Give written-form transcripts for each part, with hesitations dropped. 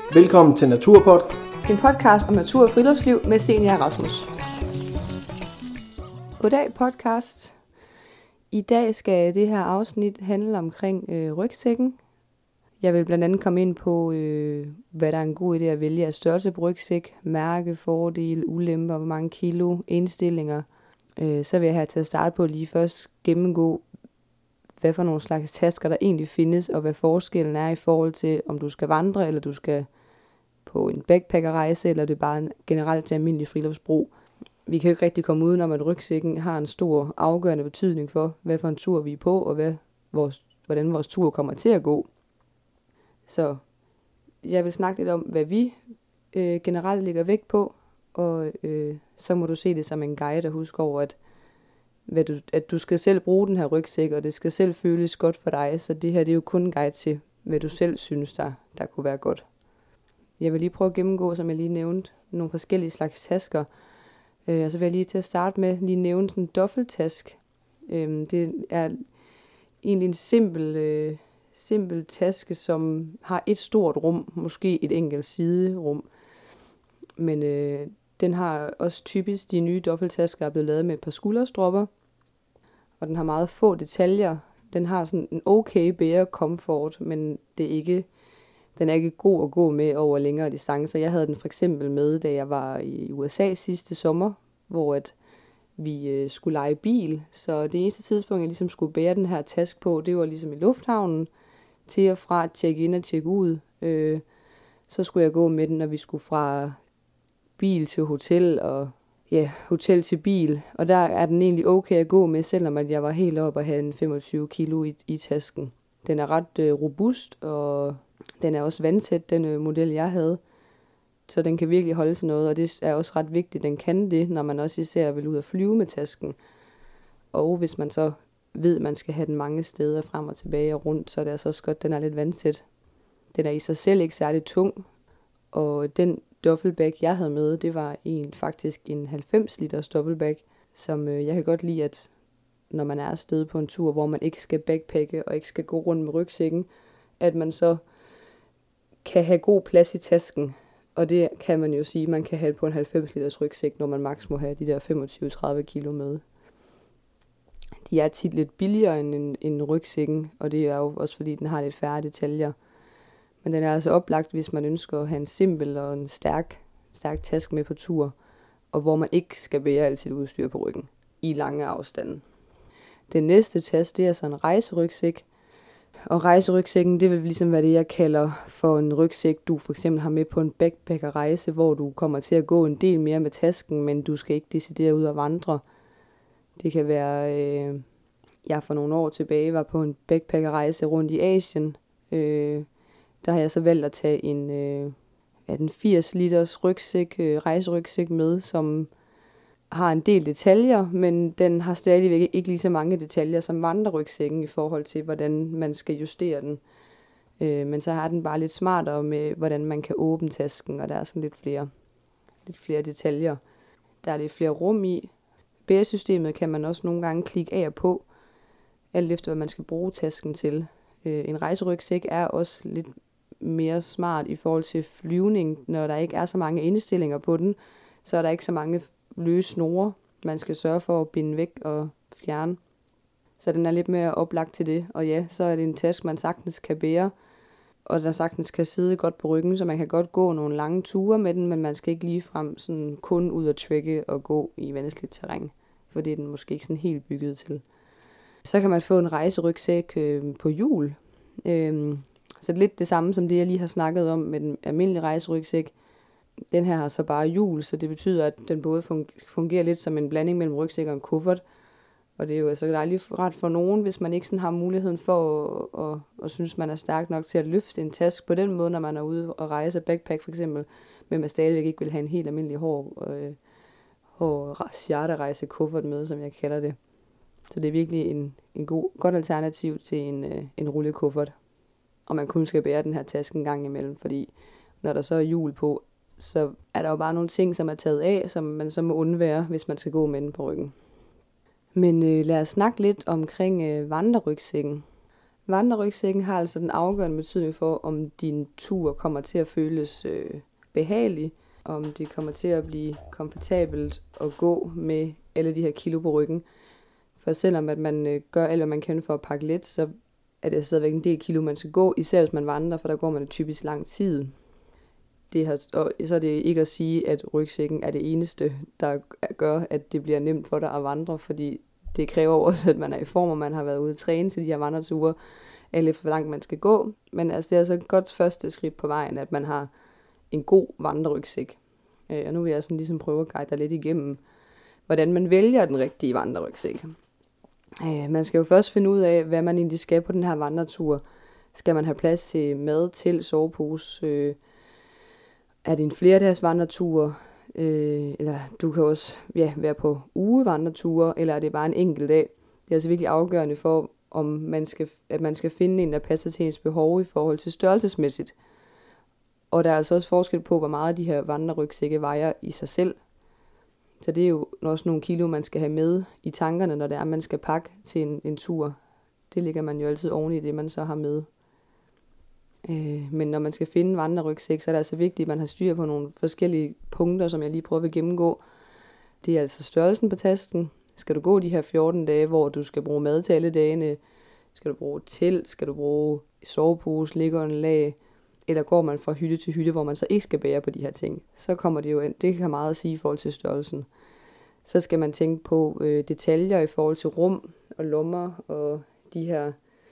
Velkommen til Naturpod. En podcast om natur og friluftsliv med Senior Rasmus. Goddag podcast. I dag skal det her afsnit handle omkring rygsækken. Jeg vil blandt andet komme ind på, hvad der er en god idé at vælge af størrelse på rygsæk, mærke, fordele, ulemper, hvor mange kilo, indstillinger. Så vil jeg her til at starte på lige først gennemgå, hvad for nogle slags tasker der egentlig findes, og hvad forskellen er i forhold til, om du skal vandre, eller du skal på en backpackerrejse, eller det er bare generelt til almindelig friluftsbrug. Vi kan jo ikke rigtig komme udenom, at rygsækken har en stor afgørende betydning for, hvad for en tur vi er på, og hvordan vores tur kommer til at gå. Så jeg vil snakke lidt om, hvad vi generelt lægger vægt på, og så må du se det som en guide og huske over, at du skal selv bruge den her rygsæk, og det skal selv føles godt for dig, så det her det er jo kun en guide til, hvad du selv synes, der kunne være godt. Jeg vil lige prøve at gennemgå, som jeg lige nævnte, nogle forskellige slags tasker, og så vil jeg lige til at starte med lige nævne sådan en duffeltask. Det er egentlig en simpel taske, som har et stort rum, måske et enkelt siderum, men den har også typisk de nye duffeltasker, der er blevet lavet med et par skulderstropper, og den har meget få detaljer. Den har sådan en okay bære komfort, men den er ikke god at gå med over længere distancer. Jeg havde den for eksempel med, da jeg var i USA sidste sommer, hvor vi skulle leje bil. Så det eneste tidspunkt, jeg ligesom skulle bære den her taske på, det var ligesom i lufthavnen, til og fra tjekke ind og tjekke ud. Så skulle jeg gå med den, når vi skulle fra bil til hotel, og hotel til bil. Og der er den egentlig okay at gå med, selvom at jeg var helt oppe og havde en 25 kilo i tasken. Den er ret robust, og den er også vandtæt, den model jeg havde. Så den kan virkelig holde til noget, og det er også ret vigtigt, den kan det, når man også især vil ud og flyve med tasken. Og hvis man så ved, at man skal have den mange steder frem og tilbage og rundt, så er det altså også godt, den er lidt vandtæt. Den er i sig selv ikke særlig tung, og den duffelbag, jeg havde med, det var faktisk en 90 liters duffelbag, som jeg kan godt lide, at når man er afsted på en tur, hvor man ikke skal backpacke og ikke skal gå rundt med rygsækken, at man så kan have god plads i tasken. Og det kan man jo sige, man kan have på en 90 liters rygsæk, når man maks må have de der 25-30 kilo med. De er tit lidt billigere end rygsækken, og det er jo også fordi, den har lidt færre detaljer. Men den er altså oplagt, hvis man ønsker at have en simpel og en stærk taske med på tur, og hvor man ikke skal bære alt sit udstyr på ryggen i lange afstande. Den næste taske, det er så en rejserygsæk. Og rejserygsækken, det vil ligesom være det, jeg kalder for en rygsæk, du for eksempel har med på en backpackerrejse, hvor du kommer til at gå en del mere med tasken, men du skal ikke decidere ud og vandre. Det kan være, jeg for nogle år tilbage var på en backpackerrejse rundt i Asien. Der har jeg så valgt at tage en 80 liters rejserygsæk med, som har en del detaljer, men den har stadigvæk ikke lige så mange detaljer som vandrerygsækken i forhold til, hvordan man skal justere den. Men så har den bare lidt smartere med, hvordan man kan åbne tasken, og der er sådan lidt flere detaljer. Der er lidt flere rum i. Bæresystemet kan man også nogle gange klikke af og på, alt efter hvad man skal bruge tasken til. En rejserygsæk er også lidt mere smart i forhold til flyvning, når der ikke er så mange indstillinger på den, så er der ikke så mange løse snore, man skal sørge for at binde væk og fjerne. Så den er lidt mere oplagt til det. Og ja, så er det en taske, man sagtens kan bære, og der sagtens kan sidde godt på ryggen, så man kan godt gå nogle lange ture med den, men man skal ikke ligefrem sådan kun ud og trække og gå i vanskeligt terræn, for det er den måske ikke sådan helt bygget til. Så kan man få en rejserygsæk på hjul. Så det er lidt det samme som det, jeg lige har snakket om med den almindelige rejserygsæk. Den her har så bare hjul, så det betyder, at den både fungerer lidt som en blanding mellem rygsæk og en kuffert. Og det er jo altså dejligt ret for nogen, hvis man ikke sådan har muligheden for at synes, man er stærk nok til at løfte en taske på den måde, når man er ude og rejse backpack for eksempel, men man stadigvæk ikke vil have en helt almindelig hård charterrejse kuffert med, som jeg kalder det. Så det er virkelig en godt alternativ til en rullekuffert. Og man kun skal bære den her taske en gang imellem, fordi når der så er hjul på, så er der jo bare nogle ting, som er taget af, som man så må undvære, hvis man skal gå med den på ryggen. Men lad os snakke lidt omkring vandrerygsækken. Vandrerygsækken har altså den afgørende betydning for, om din tur kommer til at føles behagelig, om det kommer til at blive komfortabelt at gå med alle de her kilo på ryggen. For selvom at man gør alt, hvad man kan for at pakke let, så er det stadigvæk en del kilo, man skal gå, især hvis man vandrer, for der går man typisk lang tid. Og så er det ikke at sige, at rygsækken er det eneste, der gør, at det bliver nemt for dig at vandre, fordi det kræver også, at man er i form, og man har været ude at træne til de her vandreture, eller for hvor langt man skal gå. Men altså, det er altså et godt første skridt på vejen, at man har en god vandrerygsæk. Og nu vil jeg sådan ligesom prøve at guide dig lidt igennem, hvordan man vælger den rigtige vandrerygsæk. Man skal jo først finde ud af, hvad man egentlig skal på den her vandretur. Skal man have plads til mad, til sovepose? Er det en flerdags vandretur? Eller du kan også være på ugevandreture, eller er det bare en enkelt dag? Det er altså virkelig afgørende for, om at man skal finde en, der passer til ens behov i forhold til størrelsesmæssigt. Og der er altså også forskel på, hvor meget de her vandrerygsække vejer i sig selv. Så det er jo også nogle kilo, man skal have med i tankerne, når det er, man skal pakke til en tur. Det ligger man jo altid oven i det, man så har med. Men når man skal finde en vandrerygsæk, så er det altså vigtigt, at man har styr på nogle forskellige punkter, som jeg lige prøver at gennemgå. Det er altså størrelsen på tasken. Skal du gå de her 14 dage, hvor du skal bruge mad til alle dagene? Skal du bruge telt? Skal du bruge sovepose, liggeunderlag? Eller går man fra hytte til hytte, hvor man så ikke skal bære på de her ting? Så kommer det jo ind. Det kan meget at sige i forhold til størrelsen. Så skal man tænke på detaljer i forhold til rum og lommer og de her.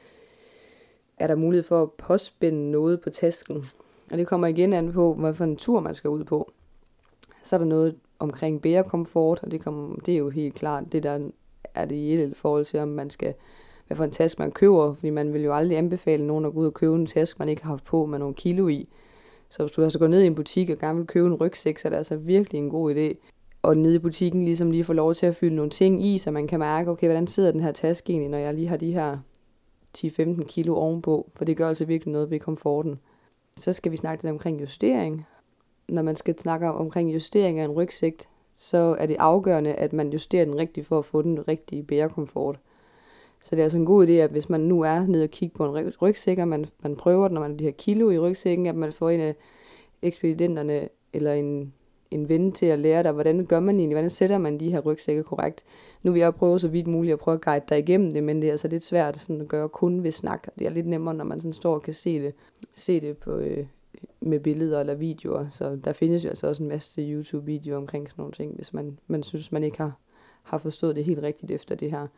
Er der mulighed for at påspænde noget på tasken? Og det kommer igen an på, hvad for en tur man skal ud på. Så er der noget omkring bærekomfort, og det er jo helt klart det, der er det ideelle i forhold til, om man skal, hvad for en taske man køber, fordi man vil jo aldrig anbefale nogen at gå ud og købe en taske, man ikke har haft på med nogle kilo i. Så hvis du altså går ned i en butik og gerne vil købe en rygsæk, så er det altså virkelig en god idé. Og nede i butikken ligesom lige få lov til at fylde nogle ting i, så man kan mærke, okay, hvordan sidder den her taske egentlig, når jeg lige har de her 10-15 kilo ovenpå, for det gør altså virkelig noget ved komforten. Så skal vi snakke lidt omkring justering. Når man skal snakke omkring justering af en rygsæk, så er det afgørende, at man justerer den rigtigt for at få den rigtige bærekomfort. Så det er altså en god idé, at hvis man nu er nede og kigger på en rygsæk, og man prøver den, når man har de her kilo i rygsækken, at man får en af ekspeditenterne eller en ven til at lære dig, hvordan gør man egentlig, hvordan sætter man de her rygsække korrekt. Nu vil jeg prøve så vidt muligt at prøve at guide dig igennem det, men det er altså lidt svært sådan at gøre kun ved snak. Det er lidt nemmere, når man sådan står og kan se det på, med billeder eller videoer. Så der findes jo altså også en masse YouTube-videoer omkring sådan nogle ting, hvis man synes, man ikke har forstået det helt rigtigt efter det her.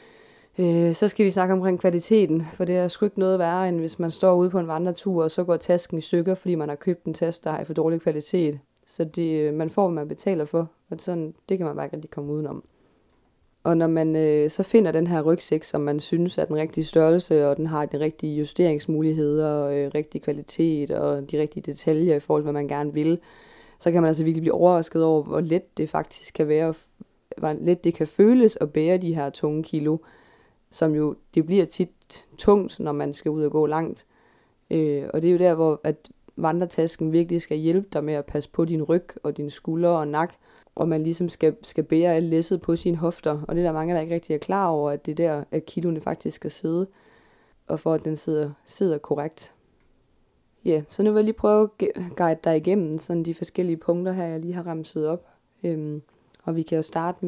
Så skal vi snakke omkring kvaliteten, for det er sgu ikke noget værre, end hvis man står ude på en vandretur, og så går tasken i stykker, fordi man har købt en taske, der har for dårlig kvalitet. Så man får, hvad man betaler for, og sådan, det kan man bare ikke rigtig komme udenom. Og når man så finder den her rygsæk, som man synes er den rigtige størrelse, og den har de rigtige justeringsmuligheder, og rigtig kvalitet, og de rigtige detaljer i forhold til, hvad man gerne vil, så kan man altså virkelig blive overrasket over, hvor let det faktisk kan være, hvor let det kan føles at bære de her tunge kilo, som jo, det bliver tit tungt, når man skal ud og gå langt. Og det er jo der, hvor at vandretasken virkelig skal hjælpe dig med at passe på din ryg og dine skuldre og nak, og man ligesom skal bære alt læsset på sine hofter. Og det er der mange, der ikke rigtig er klar over, at det er der, at kiloene faktisk skal sidde, og for at den sidder korrekt. Ja, så nu vil jeg lige prøve at guide dig igennem sådan de forskellige punkter her, jeg lige har remset op. Og vi kan jo starte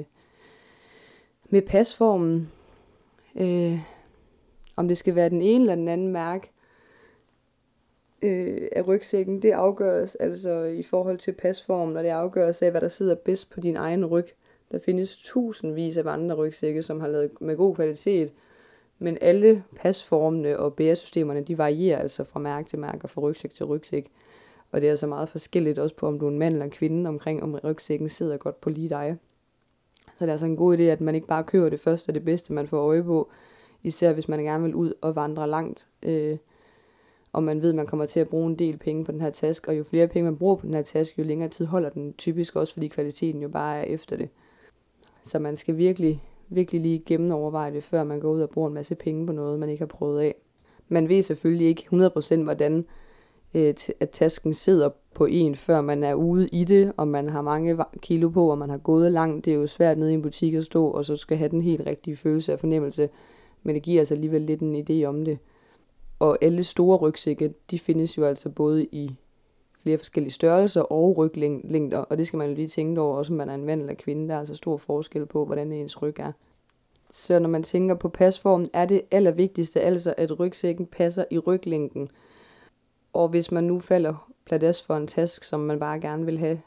med pasformen. Om det skal være den ene eller den anden mærke af rygsækken, det afgøres altså i forhold til pasformen, og det afgøres af, hvad der sidder bedst på din egen ryg. Der findes tusindvis af andre rygsække, som har lavet med god kvalitet, men alle pasformene og bæresystemerne, de varierer altså fra mærke til mærke og fra rygsæk til rygsæk. Og det er altså meget forskelligt også på, om du er en mand eller en kvinde, omkring om rygsækken sidder godt på lige dig. Så det er altså en god idé, at man ikke bare køber det første og det bedste, man får øje på, især hvis man gerne vil ud og vandre langt. Og man ved, at man kommer til at bruge en del penge på den her taske, og jo flere penge man bruger på den her taske, jo længere tid holder den typisk også, fordi kvaliteten jo bare er efter det. Så man skal virkelig, virkelig lige gennemoverveje det, før man går ud og bruger en masse penge på noget, man ikke har prøvet af. Man ved selvfølgelig ikke 100% hvordan at tasken sidder på en, før man er ude i det, og man har mange kilo på, og man har gået langt. Det er jo svært nede i en butik at stå, og så skal have den helt rigtige følelse og fornemmelse, Men det giver altså alligevel lidt en idé om det. Og alle store rygsække, de findes jo altså både i flere forskellige størrelser og ryglængder, og det skal man jo lige tænke over, også om man er en mand eller kvinde. Der er altså stor forskel på, hvordan ens ryg er. Så når man tænker på pasformen, er det allervigtigste altså, at rygsækken passer i ryglængden. Og hvis man nu falder pladask for en task, som man bare gerne vil have,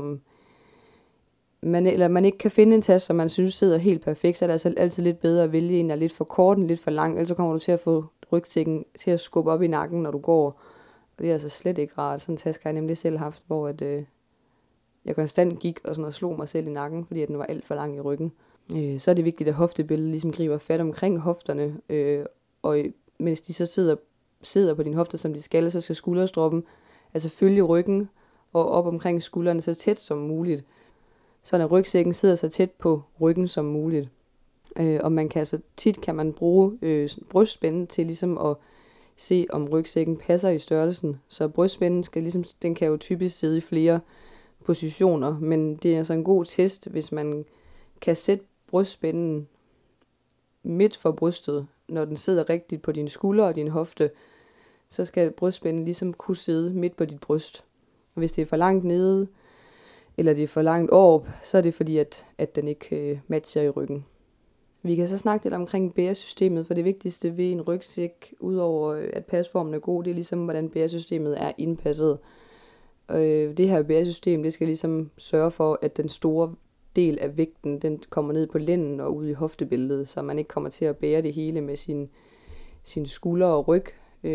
eller man ikke kan finde en task, som man synes sidder helt perfekt, så er det altså altid lidt bedre at vælge en, der er lidt for kort, en lidt for lang, ellers så kommer du til at få rygsækken til at skubbe op i nakken, når du går. Og det er altså slet ikke rart. Sådan en task har jeg nemlig selv haft, hvor jeg konstant gik og slog mig selv i nakken, fordi den var alt for lang i ryggen. Så er det vigtigt, at hoftebæltet ligesom griber fat omkring hofterne, og mens de så sidder på dine hofter, som de skal, så skal skulderstroppen altså følge ryggen og op omkring skuldrene så tæt som muligt, så når rygsækken sidder så tæt på ryggen som muligt. Og man kan altså tit man bruge brystspændet til ligesom at se, om rygsækken passer i størrelsen. Så brystspændet den kan jo typisk sidde i flere positioner, men det er altså en god test, hvis man kan sætte brystspænden midt for brystet, når den sidder rigtigt på dine skuldre og din hofte, så skal brystspændet ligesom kunne sidde midt på dit bryst. Og hvis det er for langt nede, eller det er for langt op, så er det fordi, at den ikke matcher i ryggen. Vi kan så snakke lidt omkring bæresystemet, for det vigtigste ved en rygsæk, udover at pasformen er god, det er ligesom, hvordan bæresystemet er indpasset. Det her bæresystem, det skal ligesom sørge for, at den store del af vægten, den kommer ned på lænden og ud i hoftebæltet, så man ikke kommer til at bære det hele med sin skulder og ryg,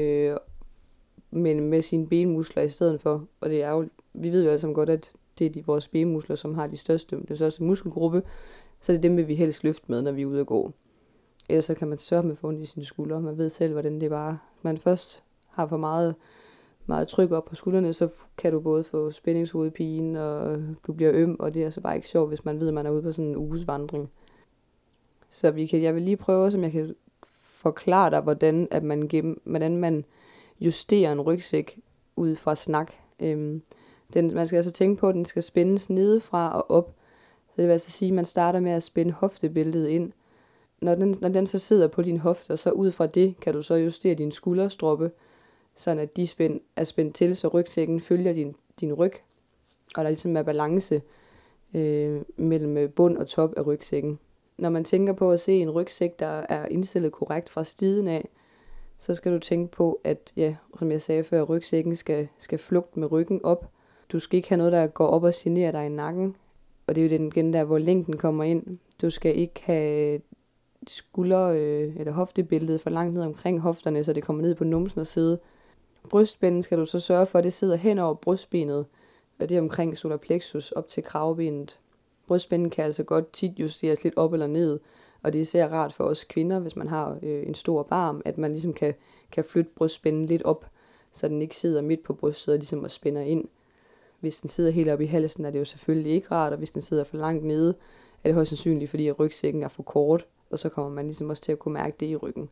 men med sine benmuskler i stedet for. Og det er jo, vi ved jo alle sammen godt, at det er vores benmuskler, som har den største muskelgruppe, så det er dem, vi helst løfte med, når vi er ude at gå. Ellers så kan man sørge med at få ondt i sine skuldre. Man ved selv, hvordan det bare. Man først har for meget tryk op på skuldrene, så kan du både få spændingshovedpine, og du bliver øm, og det er altså bare ikke sjovt, hvis man ved, at man er ude på sådan en uges vandring. Så jeg vil lige prøve, som jeg kan forklare dig, hvordan man justerer en rygsæk ud fra snak. Man skal altså tænke på, at den skal spændes nedefra og op. Så det vil altså sige, at man starter med at spænde hoftebæltet ind. Når den så sidder på din hofter, så ud fra det kan du så justere din skulderstroppe, sådan at de er spændt til, så rygsækken følger din ryg, og der ligesom er balance mellem bund og top af rygsækken. Når man tænker på at se en rygsæk, der er indstillet korrekt fra siden af, så skal du tænke på, at som jeg sagde før, rygsækken skal flugte med ryggen op. Du skal ikke have noget, der går op og generer dig i nakken, og det er jo den der, hvor længden kommer ind. Du skal ikke have eller hoftebæltet for langt ned omkring hofterne, så det kommer ned på numsen og sidde. Brystspændet skal du så sørge for, at det sidder hen over brystbenet, og det er omkring solar plexus op til kravebenet. Brystspændet kan altså godt tit justeres lidt op eller ned, og det er især rart for os kvinder, hvis man har en stor barm, at man ligesom kan flytte brystspændet lidt op, så den ikke sidder midt på brystet og ligesom og spænder ind. Hvis den sidder helt oppe i halsen, er det jo selvfølgelig ikke rart, og hvis den sidder for langt nede, er det højst sandsynligt, fordi at rygsækken er for kort, og så kommer man ligesom også til at kunne mærke det i ryggen.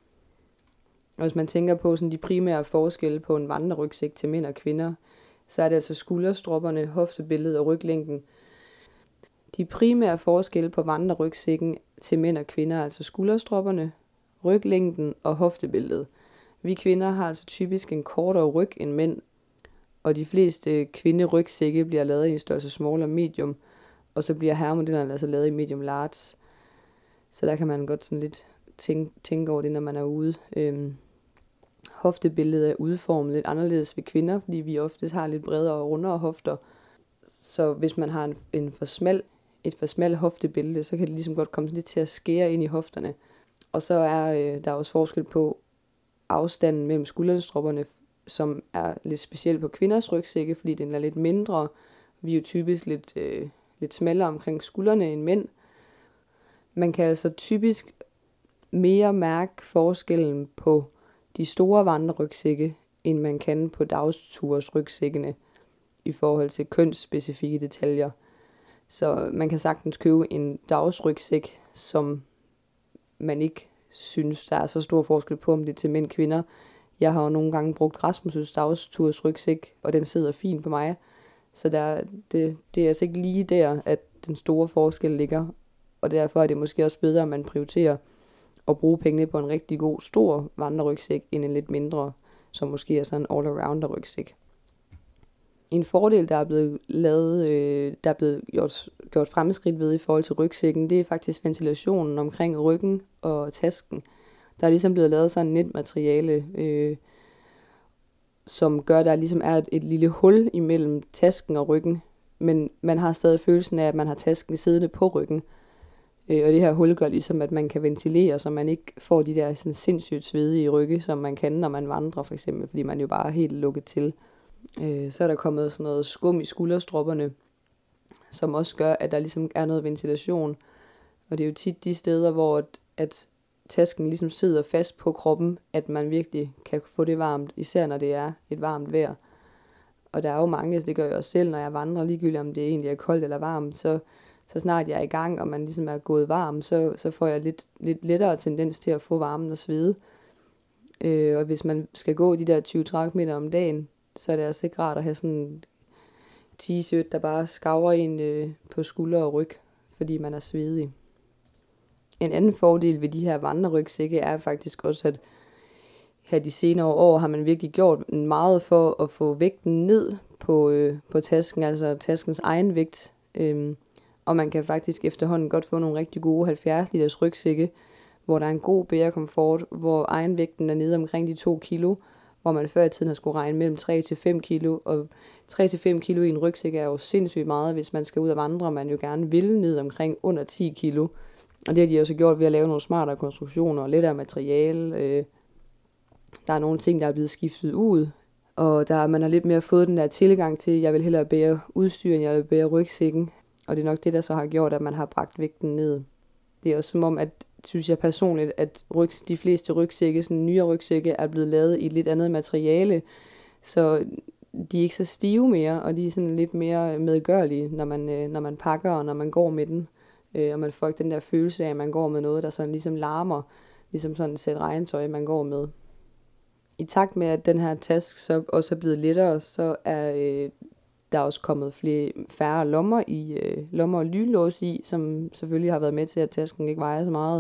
Og hvis man tænker på sådan de primære forskelle på en vandrerygsæk til mænd og kvinder, så er det altså skulderstropperne, hoftebæltet og ryglængden. De primære forskelle på vandrerygsækken til mænd og kvinder er altså skulderstropperne, ryglængden og hoftebæltet. Vi kvinder har altså typisk en kortere ryg end mænd, og de fleste kvinderygsække bliver lavet i en størrelse small og medium, og så bliver herremodellerne altså lavet i medium large. Så der kan man godt sådan lidt tænke over det, når man er ude. Hoftebilledet er udformet lidt anderledes ved kvinder, fordi vi oftest har lidt bredere og rundere hofter. Så hvis man har et for smal hoftebillede, så kan det ligesom godt komme lidt til at skære ind i hofterne. Og så er der også forskel på afstanden mellem skulderstropperne, som er lidt specielt på kvinders rygsække, fordi den er lidt mindre. Vi er jo typisk lidt smallere omkring skuldrene end mænd. Man kan altså typisk mere mærke forskellen på de store vandrerygsække, end man kan på dagstursrygsækkene i forhold til kønsspecifikke detaljer. Så man kan sagtens købe en dagsrygsæk, som man ikke synes, der er så stor forskel på, om det er til mænd og kvinder. Jeg har jo nogle gange brugt Rasmus' dagstursrygsæk, og den sidder fint på mig. Så det er altså ikke lige der, at den store forskel ligger. Og derfor er det måske også bedre, at man prioriterer at bruge pengene på en rigtig god, stor vandrerygsæk, end en lidt mindre, som måske er sådan en all-arounder rygsæk. En fordel, der er blevet lavet, der er blevet gjort fremskridt ved i forhold til rygsækken, det er faktisk ventilationen omkring ryggen og tasken. Der er ligesom blevet lavet sådan et netmateriale, som gør, at der ligesom er et lille hul imellem tasken og ryggen, men man har stadig følelsen af, at man har tasken siddende på ryggen. Og det her hul gør ligesom, at man kan ventilere, så man ikke får de der sådan sindssygt svedige rygge, som man kan, når man vandrer for eksempel, fordi man jo bare er helt lukket til. Så er der kommet sådan noget skum i skulderstropperne, som også gør, at der ligesom er noget ventilation. Og det er jo tit de steder, hvor at tasken ligesom sidder fast på kroppen, at man virkelig kan få det varmt, især når det er et varmt vejr. Og der er jo mange, det gør jeg også selv, når jeg vandrer, ligegyldigt om det egentlig er koldt eller varmt, så snart jeg er i gang, og man ligesom er gået varm, så får jeg lidt lettere tendens til at få varmen og svede. Og hvis man skal gå de der 20-30 meter om dagen, så er det altså ikke rart at have sådan en t-shirt, der bare skaver en på skulder og ryg, fordi man er svedig. En anden fordel ved de her vandrerygsække er faktisk også, at her de senere år har man virkelig gjort meget for at få vægten ned på tasken, altså taskens egen vægt. Og man kan faktisk efterhånden godt få nogle rigtig gode 70 liters rygsække, hvor der er en god bærekomfort, hvor egenvægten er nede omkring de 2 kilo, hvor man før i tiden har skulle regne mellem 3 til 5 kilo, og 3 til 5 kilo i en rygsæk er jo sindssygt meget, hvis man skal ud og vandre, man jo gerne vil ned omkring under 10 kilo. Og det har de også gjort ved at lave nogle smartere konstruktioner og lettere materiale. Der er nogle ting, der er blevet skiftet ud, og man har lidt mere fået den der tilgang til, at jeg vil hellere bære udstyr, end jeg vil bære rygsækken. Og det er nok det, der så har gjort, at man har bragt vægten ned. Det er også som om, at synes jeg personligt, at de fleste rygsække, sådan nye rygsække, er blevet lavet i et lidt andet materiale, så de er ikke så stive mere, og de er sådan lidt mere medgørlige, når man pakker og når man går med den. Og man får ikke den der følelse af, at man går med noget, der sådan ligesom larmer, ligesom sådan et sæt regntøj, man går med. I takt med, at den her taske så også er blevet lettere, så er der er også kommet færre lommer og lynlås i, som selvfølgelig har været med til, at tasken ikke vejer så meget.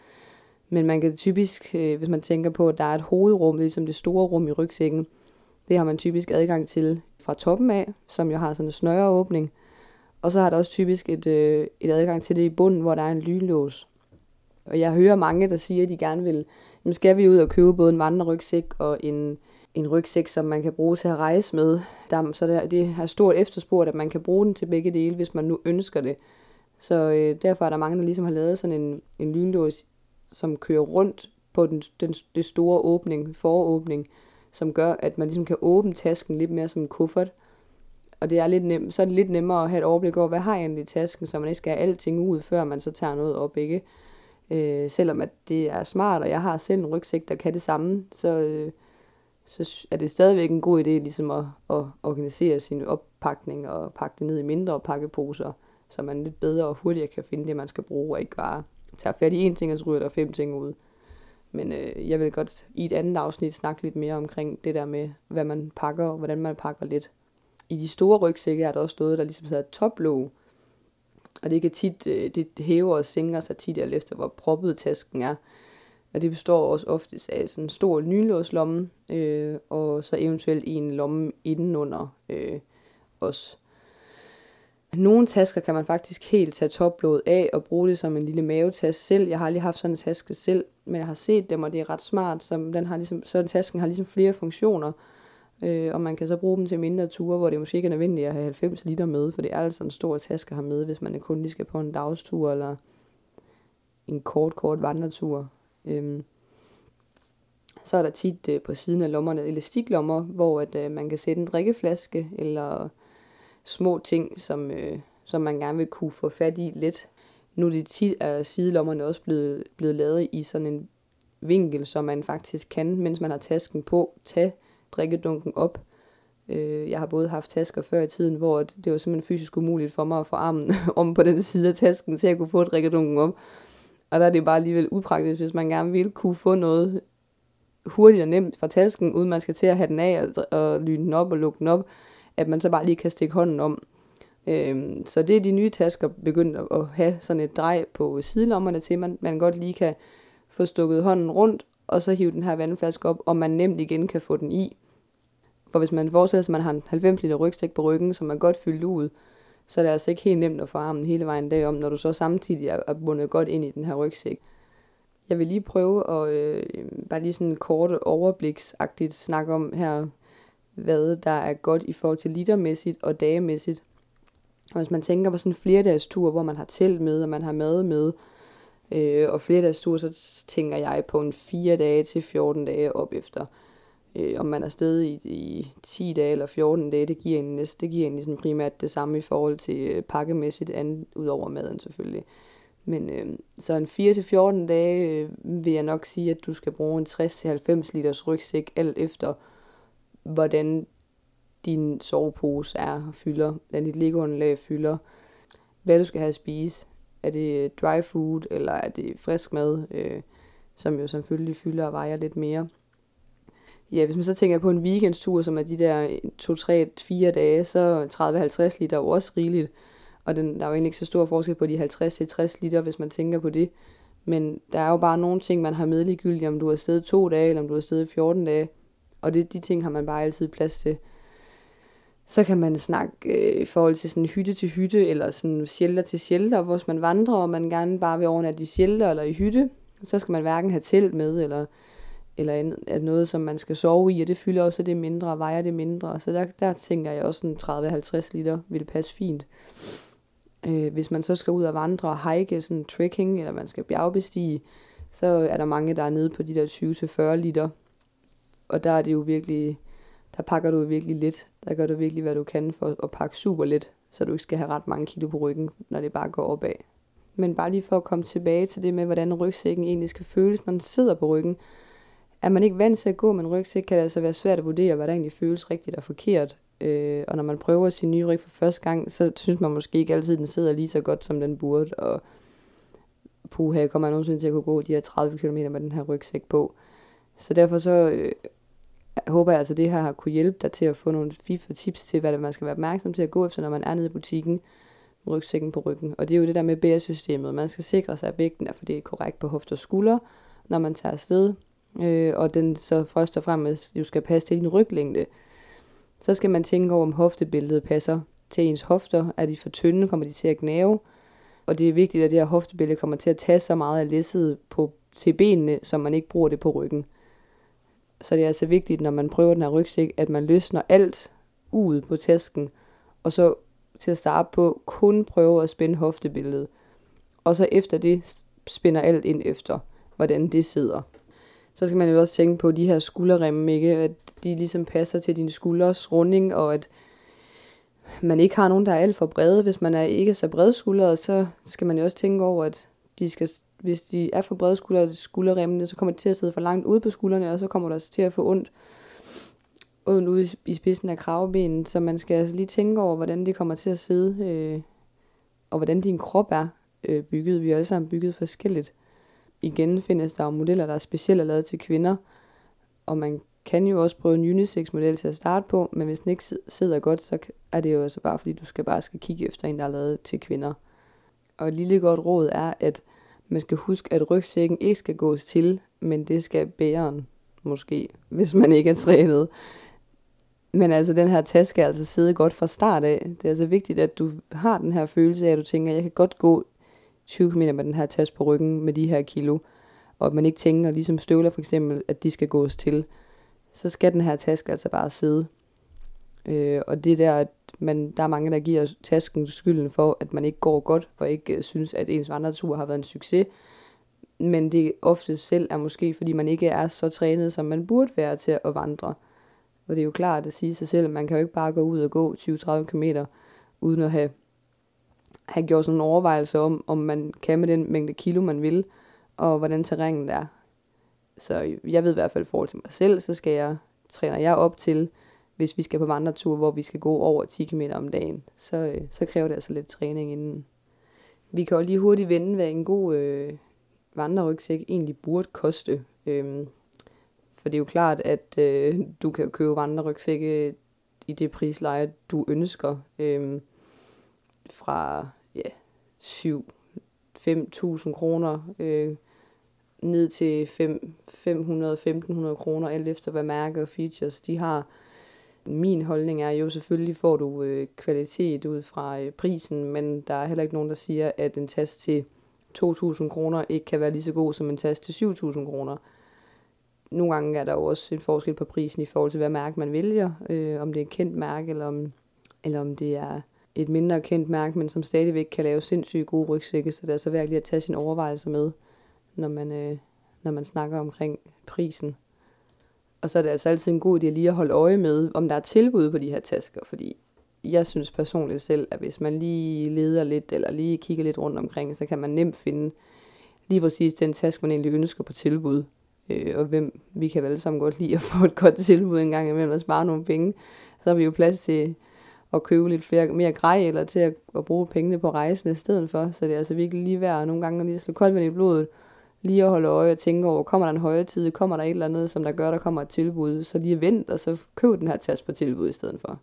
Men man kan typisk, hvis man tænker på, at der er et hovedrum, ligesom det store rum i rygsækken, det har man typisk adgang til fra toppen af, som jo har sådan en snøreåbning. Og så har der også typisk et adgang til det i bunden, hvor der er en lynlås. Og jeg hører mange, der siger, at de gerne vil, nu skal vi ud og købe både en vandrerygsæk og en rygsæk, som man kan bruge til at rejse med. Det har stort efterspurgt, at man kan bruge den til begge dele, hvis man nu ønsker det. Så derfor er der mange, der ligesom har lavet sådan en lynlås, som kører rundt på det store foråbning, som gør, at man ligesom kan åbne tasken lidt mere som en kuffert. Og det er så er det lidt nemmere at have et overblik over, hvad har jeg egentlig i tasken, så man ikke skal have alting ud, før man så tager noget op, ikke? Selvom at det er smart, og jeg har selv en rygsæk, der kan det samme, så er det stadigvæk en god idé ligesom at organisere sin oppakning og pakke det ned i mindre pakkeposer, så man lidt bedre og hurtigere kan finde det, man skal bruge, og ikke bare tage fat i en ting, og så ryger der 5 ting ud. Men jeg vil godt i et andet afsnit snakke lidt mere omkring det der med, hvad man pakker, og hvordan man pakker lidt. I de store rygsække er der også noget, der ligesom hedder toplåg, og det kan tit, det hæver og sænker sig tit alt efter, hvor proppet tasken er. Og det består også oftest af sådan en stor lynlåslomme, og så eventuelt en lomme indenunder også. Nogle tasker kan man faktisk helt tage toplåget af og bruge det som en lille mavetaske selv. Jeg har aldrig haft sådan en taske selv, men jeg har set dem, og det er ret smart. Så tasken har ligesom flere funktioner, og man kan så bruge dem til mindre ture, hvor det måske ikke er nødvendigt at have 90 liter med, for det er altså en stor taske at have med, hvis man kun lige skal på en dagstur eller en kort vandretur. Så er der tit på siden af lommerne elastiklommer, hvor man kan sætte en drikkeflaske eller små ting, som man gerne vil kunne få fat i let. Nu er det tit af sidelommerne også blevet lavet i sådan en vinkel, så man faktisk kan, mens man har tasken på, tage drikkedunken op. Jeg har både haft tasker før i tiden, hvor det var simpelthen fysisk umuligt for mig at få armen om på den side af tasken, til at kunne få drikkedunken op. Og der er det bare alligevel upraktisk, hvis man gerne vil kunne få noget hurtigt og nemt fra tasken, uden man skal til at have den af og lyne den op og lukke den op, at man så bare lige kan stikke hånden om. Så det er de nye tasker begyndt at have sådan et drej på sidelommerne til, man godt lige kan få stukket hånden rundt, og så hive den her vandflaske op, og man nemt igen kan få den i. For hvis man forestiller sig, at man har en 90 liter rygsæk på ryggen, som er godt fyldt ud, så er det altså ikke helt nemt at få armen hele vejen derom, når du så samtidig er bundet godt ind i den her rygsæk. Jeg vil lige prøve at bare lige sådan kort overbliksagtigt snakke om her, hvad der er godt i forhold til litermæssigt og dagemæssigt. Og hvis man tænker på sådan en flerdages tur, hvor man har telt med, og man har mad med, og flerdages tur, så tænker jeg på en 4 dage til 14 dage op efter. Om man er afsted i 10 dage eller 14 dage, det giver egentlig sådan primært det samme i forhold til pakkemæssigt, ud over maden selvfølgelig. Men så en 4-14 dage vil jeg nok sige, at du skal bruge en 60-90 liters rygsæk, alt efter hvordan din sovepose er og fylder, hvordan dit liggeunderlag fylder, hvad du skal have at spise. Er det dry food, eller er det frisk mad, som jo selvfølgelig fylder og vejer lidt mere. Ja, hvis man så tænker på en weekendstur, som er de der 2-3-4 dage, så 30-50 liter er jo også rigeligt. Og der er jo egentlig ikke så stor forskel på de 50-60 liter, hvis man tænker på det. Men der er jo bare nogle ting, man har med ligegyldigt, om du er afsted 2 dage, eller om du er afsted 14 dage. Og de ting har man bare altid plads til. Så kan man snakke i forhold til sådan hytte til hytte, eller sådan shelter til shelter, hvor man vandrer, og man gerne bare vil overnatte i shelter eller i hytte. Så skal man hverken have telt med, eller noget, som man skal sove i, og det fylder også det mindre, og vejer det mindre. Så der tænker jeg også, sådan 30-50 liter vil passe fint. Hvis man så skal ud og vandre og hike, sådan trekking, eller man skal bjergbestige, så er der mange, der er nede på de der 20-40 liter. Og der er det jo virkelig, der pakker du virkelig lidt. Der gør du virkelig, hvad du kan for at pakke super lidt, så du ikke skal have ret mange kilo på ryggen, når det bare går opad. Men bare lige for at komme tilbage til det med, hvordan rygsækken egentlig skal føles, når den sidder på ryggen. Er man ikke vant til at gå med en rygsæk, kan det altså være svært at vurdere, hvad der egentlig føles rigtigt og forkert. Og når man prøver sin nye ryg for første gang, så synes man måske ikke altid, at den sidder lige så godt, som den burde. Og puha, kommer jeg nogensinde til at kunne gå de her 30 km med den her rygsæk på. Så derfor så håber jeg altså, at det her har kunne hjælpe dig til at få nogle fif og tips til, hvad man skal være opmærksom til at gå efter, når man er nede i butikken med rygsækken på ryggen. Og det er jo det der med bæresystemet. Man skal sikre sig, at vægten er fordelt korrekt på hofter og skuldre, når man tager afsted. Og den så først og fremmest jo skal passe til din ryglængde. Så skal man tænke over, om hoftebæltet passer til ens hofter. Er de for tynde, kommer de til at gnave. Og det er vigtigt, at det her hoftebælte kommer til at tage så meget af læsset til benene, så man ikke bruger det på ryggen. Så det er altså vigtigt, når man prøver den her rygsæk, at man løsner alt ud på tasken, og så til at starte på kun prøve at spænde hoftebæltet. Og så efter det spænder alt ind efter, hvordan det sidder. Så skal man jo også tænke på de her skulderremme, ikke? At de ligesom passer til dine skuldres runding, og at man ikke har nogen, der er alt for brede. Hvis man ikke er så bredskuldret, så skal man jo også tænke over, at hvis de er for brede skulderremmene, så kommer det til at sidde for langt ude på skuldrene, og så kommer der til at få ondt ude i spidsen af kravebenen. Så man skal altså lige tænke over, hvordan det kommer til at sidde, og hvordan din krop er bygget. Vi er alle sammen bygget forskelligt. Igen findes der jo modeller, der er specielt lavet til kvinder, og man kan jo også prøve en unisex-model til at starte på, men hvis den ikke sidder godt, så er det jo altså bare, fordi du bare skal kigge efter en, der er lavet til kvinder. Og et lille godt råd er, at man skal huske, at rygsækken ikke skal gås til, men det skal bæreren måske, hvis man ikke er trænet. Men altså, den her taske skal altså sidde godt fra start af. Det er altså vigtigt, at du har den her følelse af, at du tænker, at jeg kan godt gå 20 km med den her taske på ryggen med de her kilo, og at man ikke tænker, ligesom støvler for eksempel, at de skal gås til, så skal den her taske altså bare sidde. Og det der, at der er mange, der giver tasken skylden for, at man ikke går godt, og ikke synes, at ens vandretur har været en succes, men det ofte selv er måske, fordi man ikke er så trænet, som man burde være til at vandre. Og det er jo klart at sige sig selv, at man kan jo ikke bare gå ud og gå 20-30 km, uden at have gjort sådan nogle overvejelser om man kan med den mængde kilo, man vil, og hvordan terrænet er. Så jeg ved i hvert fald i forhold til mig selv, så træner jeg op til, hvis vi skal på vandretur, hvor vi skal gå over 10 km om dagen, så kræver det altså lidt træning inden. Vi kan jo lige hurtigt vende, hvad en god vandrerygsæk egentlig burde koste. For det er jo klart, at du kan købe vandrerygsække i det prisleje, du ønsker. Fra 7-5.000 kroner, ned til 500-1500 kroner, alt efter hvad mærke og features de har. Min holdning er jo, selvfølgelig får du kvalitet ud fra prisen, men der er heller ikke nogen, der siger, at en taske til 2.000 kroner ikke kan være lige så god som en taske til 7.000 kroner. Nogle gange er der jo også en forskel på prisen i forhold til, hvad mærke man vælger. Om det er et kendt mærke, eller om det er et mindre kendt mærke, men som stadigvæk kan lave sindssygt gode rygsække. Så det er altså virkelig at tage sine overvejelser med, når man snakker omkring prisen. Og så er det altså altid en god idé lige at holde øje med, om der er tilbud på de her tasker. Fordi jeg synes personligt selv, at hvis man lige leder lidt, eller lige kigger lidt rundt omkring, så kan man nemt finde lige præcis den taske, man egentlig ønsker på tilbud. Og vi kan vel alle sammen godt lide at få et godt tilbud en gang imellem og spare nogle penge. Så har vi jo plads til at købe lidt mere grej, eller til at bruge pengene på rejsen i stedet for. Så det er altså virkelig lige værd nogle gange lige at slå koldt vand i blodet, lige at holde øje og tænke over, kommer der en højere tid, kommer der et eller andet, som der gør, der kommer et tilbud, så lige vent, og så køb den her taske på tilbud i stedet for.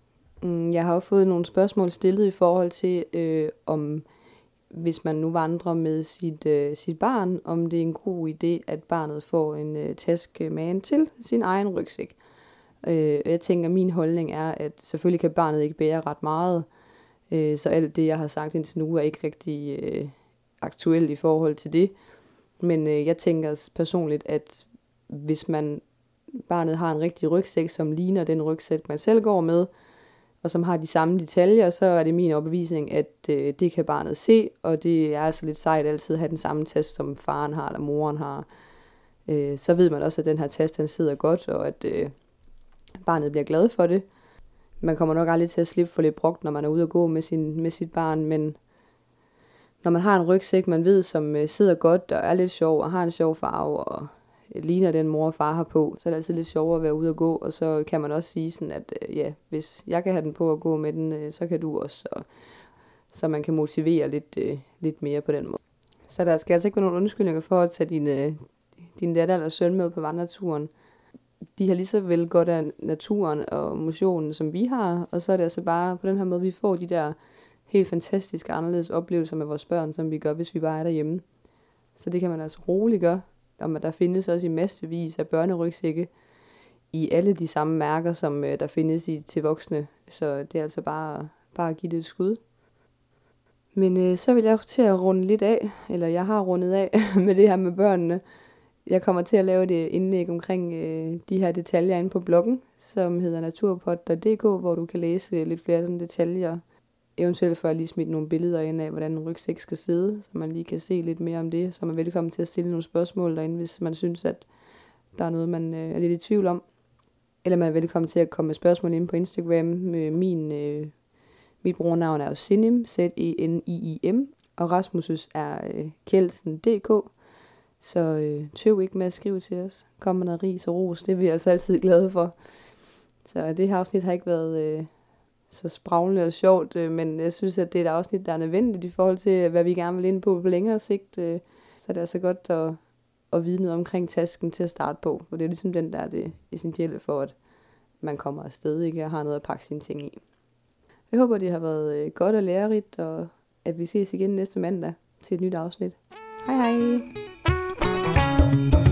Jeg har også fået nogle spørgsmål stillet i forhold til, om hvis man nu vandrer med sit barn, om det er en god idé, at barnet får en taske med til sin egen rygsæk. Jeg tænker, min holdning er, at selvfølgelig kan barnet ikke bære ret meget, så alt det, jeg har sagt indtil nu, er ikke rigtig aktuelt i forhold til det. Men jeg tænker personligt, at hvis barnet har en rigtig rygsæk, som ligner den rygsæk, man selv går med, og som har de samme detaljer, så er det min overbevisning, at det kan barnet se, og det er altså lidt sejt altid at have den samme taske, som faren har, eller moren har. Så ved man også, at den her taske, den sidder godt, og at barnet bliver glad for det. Man kommer nok aldrig til at slippe for lidt brugt, når man er ude at gå med sit barn, men når man har en rygsæk, man ved, som sidder godt og er lidt sjov og har en sjov farve og ligner den mor og far har på, så er det altid lidt sjovere at være ude at gå, og så kan man også sige sådan, at hvis jeg kan have den på at gå med den, så kan du også, så man kan motivere lidt mere på den måde. Så der skal altså ikke være nogen undskyldninger for at tage din datter eller søn med på vandreturen. De har lige så vel godt af naturen og motionen, som vi har, og så er det altså bare på den her måde, vi får de der helt fantastiske anderledes oplevelser med vores børn, som vi gør, hvis vi bare er derhjemme. Så det kan man altså roligt gøre. Om at der findes også i massevis af børnerygsække i alle de samme mærker, som der findes til voksne. Så det er altså bare at give det et skud. Men så vil jeg til at runde lidt af, eller jeg har rundet af med det her med børnene. Jeg kommer til at lave et indlæg omkring de her detaljer inde på bloggen, som hedder naturpod.dk, hvor du kan læse lidt flere sådan detaljer. Eventuelt får jeg lige smidt nogle billeder ind af, hvordan en rygsæk skal sidde, så man lige kan se lidt mere om det. Så er man velkommen til at stille nogle spørgsmål derinde, hvis man synes, at der er noget, man er lidt i tvivl om. Eller man er velkommen til at komme med spørgsmål ind på Instagram. Mit brugernavn er jo Zenim, Z-E-N-I-I-M, og Rasmus' er Kjeldsen.dk. Så tøv ikke med at skrive til os. Kom med noget ris og ros, det er vi altså altid glade for. Så det her afsnit har ikke været så spraglende og sjovt, men jeg synes, at det er et afsnit, der er nødvendigt i forhold til, hvad vi gerne vil ind på længere sigt. Så det er altså godt at vide noget omkring tasken til at starte på, for det er ligesom den, der er det essentielle for, at man kommer afsted, ikke, og har noget at pakke sine ting i. Jeg håber, det har været godt og lærerigt, og at vi ses igen næste mandag til et nyt afsnit. Hej hej!